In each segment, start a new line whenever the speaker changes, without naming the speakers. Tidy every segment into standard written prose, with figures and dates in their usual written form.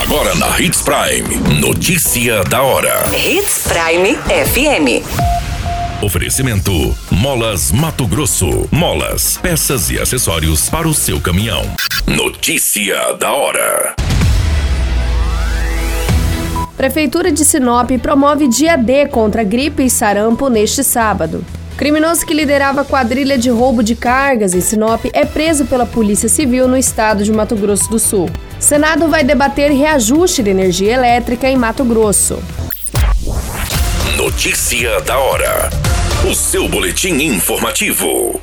Agora na Hits Prime. Notícia da hora.
Hits Prime FM.
Oferecimento: Molas Mato Grosso. Molas, peças e acessórios para o seu caminhão. Notícia da hora.
Prefeitura de Sinop promove dia D contra gripe e sarampo neste sábado. Criminoso que liderava a quadrilha de roubo de cargas em Sinop é preso pela Polícia Civil no estado de Mato Grosso do Sul. Senado vai debater reajuste de energia elétrica em Mato Grosso.
Notícia da hora. O seu boletim informativo.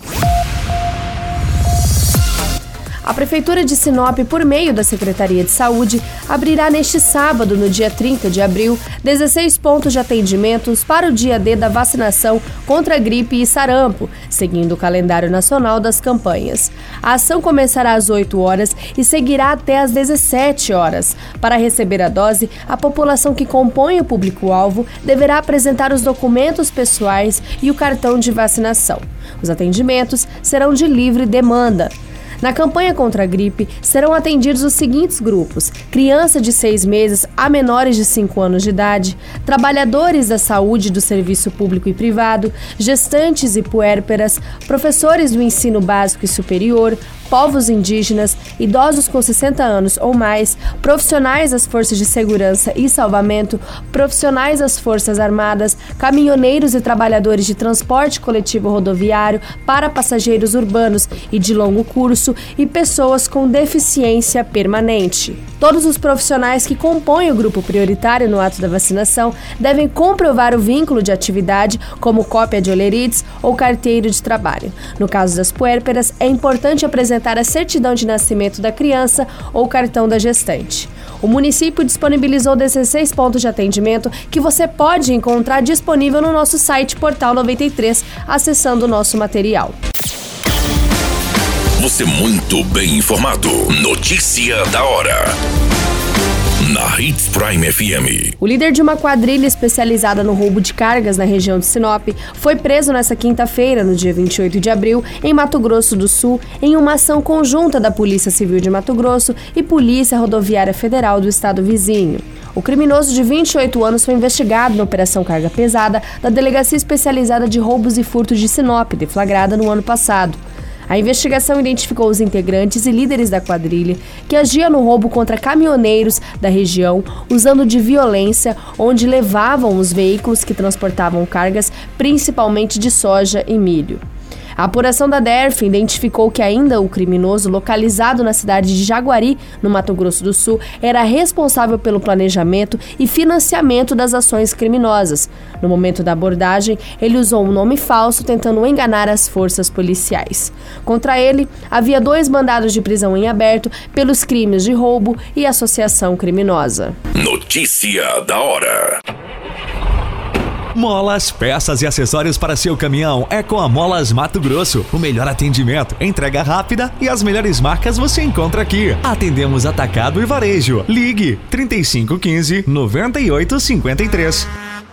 A Prefeitura de Sinop, por meio da Secretaria de Saúde, abrirá neste sábado, no dia 30 de abril, 16 pontos de atendimentos para o dia D da vacinação contra a gripe e sarampo, seguindo o calendário nacional das campanhas. A ação começará às 8 horas e seguirá até às 17 horas. Para receber a dose, a população que compõe o público-alvo deverá apresentar os documentos pessoais e o cartão de vacinação. Os atendimentos serão de livre demanda. Na campanha contra a gripe, serão atendidos os seguintes grupos: criança de 6 meses a menores de 5 anos de idade, trabalhadores da saúde do serviço público e privado, gestantes e puérperas, professores do ensino básico e superior, povos indígenas, idosos com 60 anos ou mais, profissionais das forças de segurança e salvamento, profissionais das forças armadas, caminhoneiros e trabalhadores de transporte coletivo rodoviário para passageiros urbanos e de longo curso e pessoas com deficiência permanente. Todos os profissionais que compõem o grupo prioritário no ato da vacinação devem comprovar o vínculo de atividade, como cópia de olerites ou carteiro de trabalho. No caso das puérperas, é importante apresentar a certidão de nascimento da criança ou cartão da gestante. O município disponibilizou 16 pontos de atendimento que você pode encontrar disponível no nosso site Portal 93, acessando o nosso material.
Você muito bem informado. Notícia da hora. Na Hits Prime FM.
O líder de uma quadrilha especializada no roubo de cargas na região de Sinop foi preso nesta quinta-feira, no dia 28 de abril, em Mato Grosso do Sul, em uma ação conjunta da Polícia Civil de Mato Grosso e Polícia Rodoviária Federal do estado vizinho. O criminoso de 28 anos foi investigado na Operação Carga Pesada da Delegacia Especializada de Roubos e Furtos de Sinop, deflagrada no ano passado. A investigação identificou os integrantes e líderes da quadrilha que agia no roubo contra caminhoneiros da região, usando de violência, onde levavam os veículos que transportavam cargas, principalmente de soja e milho. A apuração da DERF identificou que ainda o criminoso, localizado na cidade de Jaguari, no Mato Grosso do Sul, era responsável pelo planejamento e financiamento das ações criminosas. No momento da abordagem, ele usou um nome falso, tentando enganar as forças policiais. Contra ele, havia 2 mandados de prisão em aberto pelos crimes de roubo e associação criminosa.
Notícia da hora.
Molas, peças e acessórios para seu caminhão é com a Molas Mato Grosso. O melhor atendimento, entrega rápida e as melhores marcas você encontra aqui. Atendemos atacado e varejo. Ligue 3515-9853.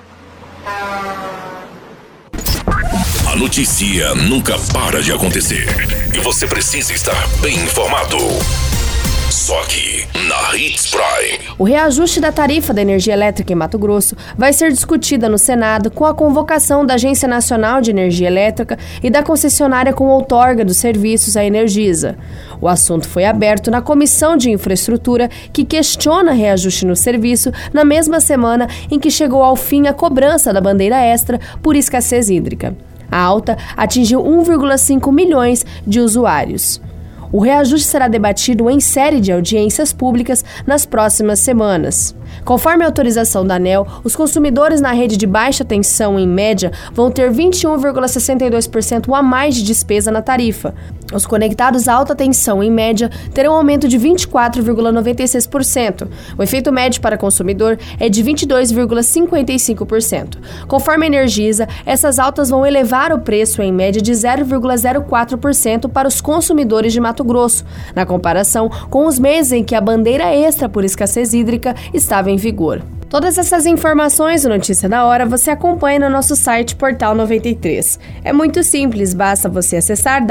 A notícia nunca para de acontecer e você precisa estar bem informado. Só aqui, na Hits Prime.
O reajuste da tarifa da energia elétrica em Mato Grosso vai ser discutida no Senado com a convocação da Agência Nacional de Energia Elétrica e da concessionária com outorga dos serviços, a Energisa. O assunto foi aberto na Comissão de Infraestrutura, que questiona reajuste no serviço na mesma semana em que chegou ao fim a cobrança da bandeira extra por escassez hídrica. A alta atingiu 1,5 milhões de usuários. O reajuste será debatido em série de audiências públicas nas próximas semanas. Conforme a autorização da ANEEL, os consumidores na rede de baixa tensão, em média, vão ter 21,62% a mais de despesa na tarifa. Os conectados à alta tensão, em média, terão um aumento de 24,96%. O efeito médio para consumidor é de 22,55%. Conforme a Energisa, essas altas vão elevar o preço, em média, de 0,04% para os consumidores de Mato Mato Grosso, na comparação com os meses em que a bandeira extra por escassez hídrica estava em vigor. Todas essas informações do Notícia da Hora você acompanha no nosso site Portal 93. É muito simples, basta você acessar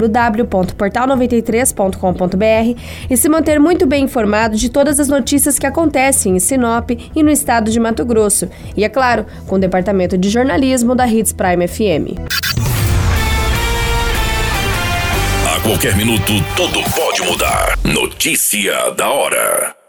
www.portal93.com.br e se manter muito bem informado de todas as notícias que acontecem em Sinop e no estado de Mato Grosso. E, é claro, com o departamento de jornalismo da Hits Prime FM.
A qualquer minuto, tudo pode mudar. Notícia da hora.